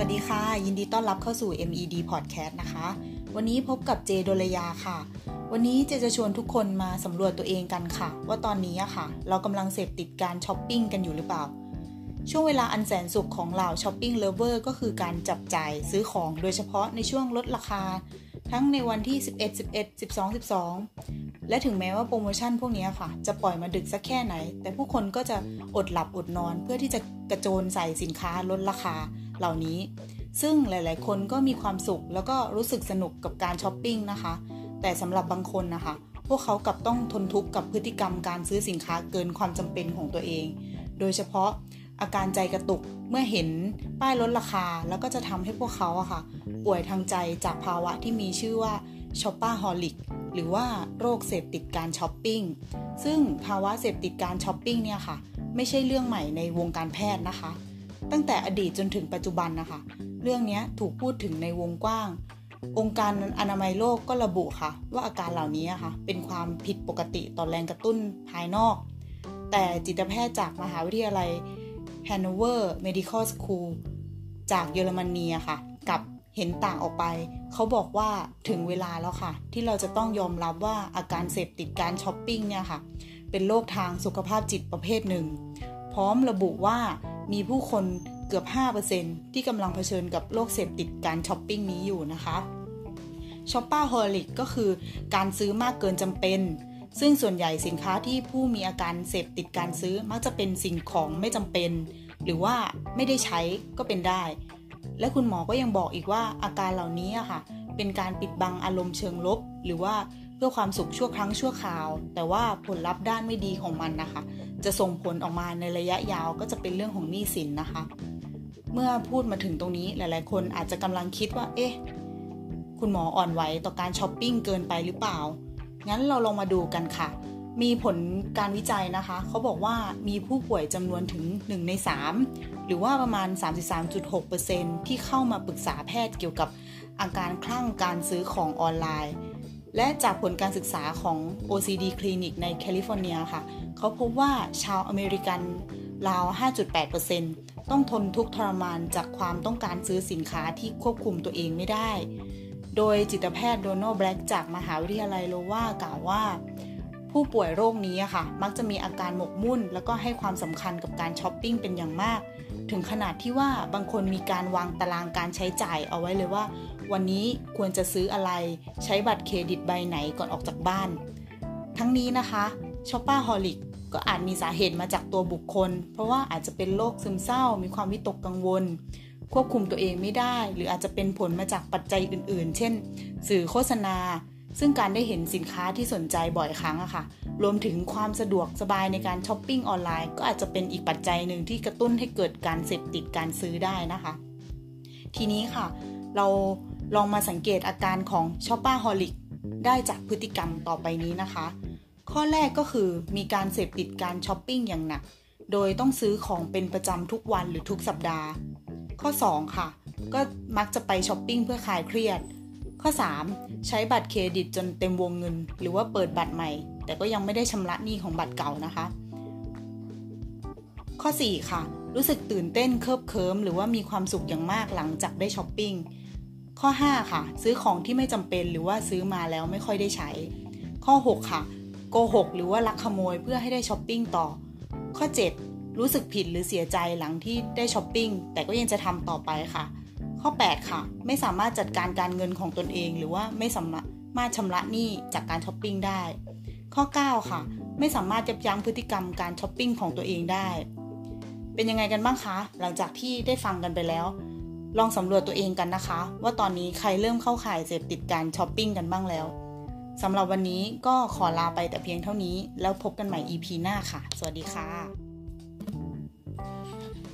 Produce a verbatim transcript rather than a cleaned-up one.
สดีค่ะยินดีต้อนรับเข้าสู่ เอ็ม อี ดี Podcast นะคะวันนี้พบกับเจโดลยาค่ะวันนี้เจจะชวนทุกคนมาสำรวจตัวเองกันค่ะว่าตอนนี้อะค่ะเรากำลังเสพติดการช้อปปิ้งกันอยู่หรือเปล่าช่วงเวลาอันแสนสุขของเหล่าช้อปปิ้งเลิฟเวอร์ก็คือการจับจ่ายซื้อของโดยเฉพาะในช่วงลดราคาทั้งในวันที่สิบเอ็ด สิบเอ็ด สิบสอง สิบสองและถึงแม้ว่าโปรโมชั่นพวกนี้ค่ะจะปล่อยมาดึกสักแค่ไหนแต่ผู้คนก็จะอดหลับอดนอนเพื่อที่จะกระโจนใส่สินค้าลดราคาเหล่านี้ซึ่งหลายๆคนก็มีความสุขแล้วก็รู้สึกสนุกกับการช้อปปิ้งนะคะแต่สำหรับบางคนนะคะพวกเขากลับต้องทนทุกข์กับพฤติกรรมการซื้อสินค้าเกินความจำเป็นของตัวเองโดยเฉพาะอาการใจกระตุกเมื่อเห็นป้ายลดราคาแล้วก็จะทำให้พวกเขาอะค่ะป่วยทางใจจากภาวะที่มีชื่อว่าช็อปป้าฮอลิกหรือว่าโรคเสพติดการช้อปปิ้งซึ่งภาวะเสพติดการช้อปปิ้งเนี่ยค่ะไม่ใช่เรื่องใหม่ในวงการแพทย์นะคะตั้งแต่อดีตจนถึงปัจจุบันนะคะเรื่องนี้ถูกพูดถึงในวงกว้างองค์การอนามัยโลกก็ระบุค่ะว่าอาการเหล่านี้ค่ะเป็นความผิดปกติต่อแรงกระตุ้นภายนอกแต่จิตแพทย์จากมหาวิทยาลัย Hannover Medical School จากเยอรมนีค่ะกับเห็นต่างออกไปเขาบอกว่าถึงเวลาแล้วค่ะที่เราจะต้องยอมรับว่าอาการเสพติดการช้อปปิ้งเนี่ยค่ะเป็นโรคทางสุขภาพจิตประเภทหนึ่งพร้อมระบุว่ามีผู้คนเกือบ ห้าเปอร์เซ็นต์ ที่กำลังเผชิญกับโรคเสพติดการช้อปปิ้งนี้อยู่นะคะช็อปป้าฮอลิกก็คือการซื้อมากเกินจำเป็นซึ่งส่วนใหญ่สินค้าที่ผู้มีอาการเสพติดการซื้อมักจะเป็นสิ่งของไม่จำเป็นหรือว่าไม่ได้ใช้ก็เป็นได้และคุณหมอก็ยังบอกอีกว่าอาการเหล่านี้อะค่ะเป็นการปิดบังอารมณ์เชิงลบหรือว่าเพื่อความสุขชั่วครั้งชั่วคราวแต่ว่าผลลัพธ์ด้านไม่ดีของมันนะคะจะส่งผลออกมาในระยะยาวก็จะเป็นเรื่องของหนี้สินนะคะเมื่อพูดมาถึงตรงนี้หลายๆคนอาจจะกำลังคิดว่าเอ๊ะคุณหมออ่อนไหวต่อการช้อปปิ้งเกินไปหรือเปล่างั้นเราลองมาดูกันค่ะมีผลการวิจัยนะคะเขาบอกว่ามีผู้ป่วยจำนวนถึงหนึ่งในสามหรือว่าประมาณ สามสิบสามจุดหกเปอร์เซ็นต์ ที่เข้ามาปรึกษาแพทย์เกี่ยวกับอาการคลั่งการซื้อของออนไลน์และจากผลการศึกษาของ โอ ซี ดี Clinic ในแคลิฟอร์เนียค่ะเขาพบว่าชาวอเมริกันราว ห้าจุดแปดเปอร์เซ็นต์ ต้องทนทุกข์ทรมานจากความต้องการซื้อสินค้าที่ควบคุมตัวเองไม่ได้โดยจิตแพทย์โดนัลด์แบล็กจากมหาวิทยาลัยโลวากล่าวว่าผู้ป่วยโรคนี้ค่ะมักจะมีอาการหมกมุ่นแล้วก็ให้ความสำคัญกับการช้อปปิ้งเป็นอย่างมากถึงขนาดที่ว่าบางคนมีการวางตารางการใช้จ่ายเอาไว้เลยว่าวันนี้ควรจะซื้ออะไรใช้บัตรเครดิตใบไหนก่อนออกจากบ้านทั้งนี้นะคะช็อปป้าฮอลิกก็อาจมีสาเหตุมาจากตัวบุคคลเพราะว่าอาจจะเป็นโรคซึมเศร้ามีความวิตกกังวลควบคุมตัวเองไม่ได้หรืออาจจะเป็นผลมาจากปัจจัยอื่นๆเช่นสื่อโฆษณาซึ่งการได้เห็นสินค้าที่สนใจบ่อยครั้งอะค่ะรวมถึงความสะดวกสบายในการช้อปปิ้งออนไลน์ก็อาจจะเป็นอีกปัจจัยหนึ่งที่กระตุ้นให้เกิดการเสพติดการซื้อได้นะคะทีนี้ค่ะเราลองมาสังเกตอาการของช็อปป้าฮอลิกได้จากพฤติกรรมต่อไปนี้นะคะข้อแรกก็คือมีการเสพติดการช้อปปิ้งอย่างหนักโดยต้องซื้อของเป็นประจำทุกวันหรือทุกสัปดาห์ข้อสองค่ะก็มักจะไปช้อปปิ้งเพื่อคลายเครียดข้อสามใช้บัตรเครดิตจนเต็มวงเงินหรือว่าเปิดบัตรใหม่แต่ก็ยังไม่ได้ชำระหนี้ของบัตรเก่านะคะข้อสี่ค่ะรู้สึกตื่นเต้นเคิบเคิ้มหรือว่ามีความสุขอย่างมากหลังจากได้ช้อปปิ้งข้อห้าค่ะซื้อของที่ไม่จำเป็นหรือว่าซื้อมาแล้วไม่ค่อยได้ใช้ข้อหกค่ะโกหกหรือว่าลักขโมยเพื่อให้ได้ช้อปปิ้งต่อข้อเจ็ดรู้สึกผิดหรือเสียใจหลังที่ได้ช้อปปิ้งแต่ก็ยังจะทำต่อไปค่ะข้อแปดค่ะไม่สามารถจัดการการเงินของตนเองหรือว่าไม่สามารถชำระหนี้จากการช้อปปิ้งได้ข้อเก้าค่ะไม่สามารถยับยั้งพฤติกรรมการช้อปปิ้งของตัวเองได้เป็นยังไงกันบ้างคะหลังจากที่ได้ฟังกันไปแล้วลองสำรวจตัวเองกันนะคะว่าตอนนี้ใครเริ่มเข้าข่ายเสพติดการช้อปปิ้งกันบ้างแล้วสำหรับวันนี้ก็ขอลาไปแต่เพียงเท่านี้แล้วพบกันใหม่ อี พี หน้าค่ะสวัสดีค่ะ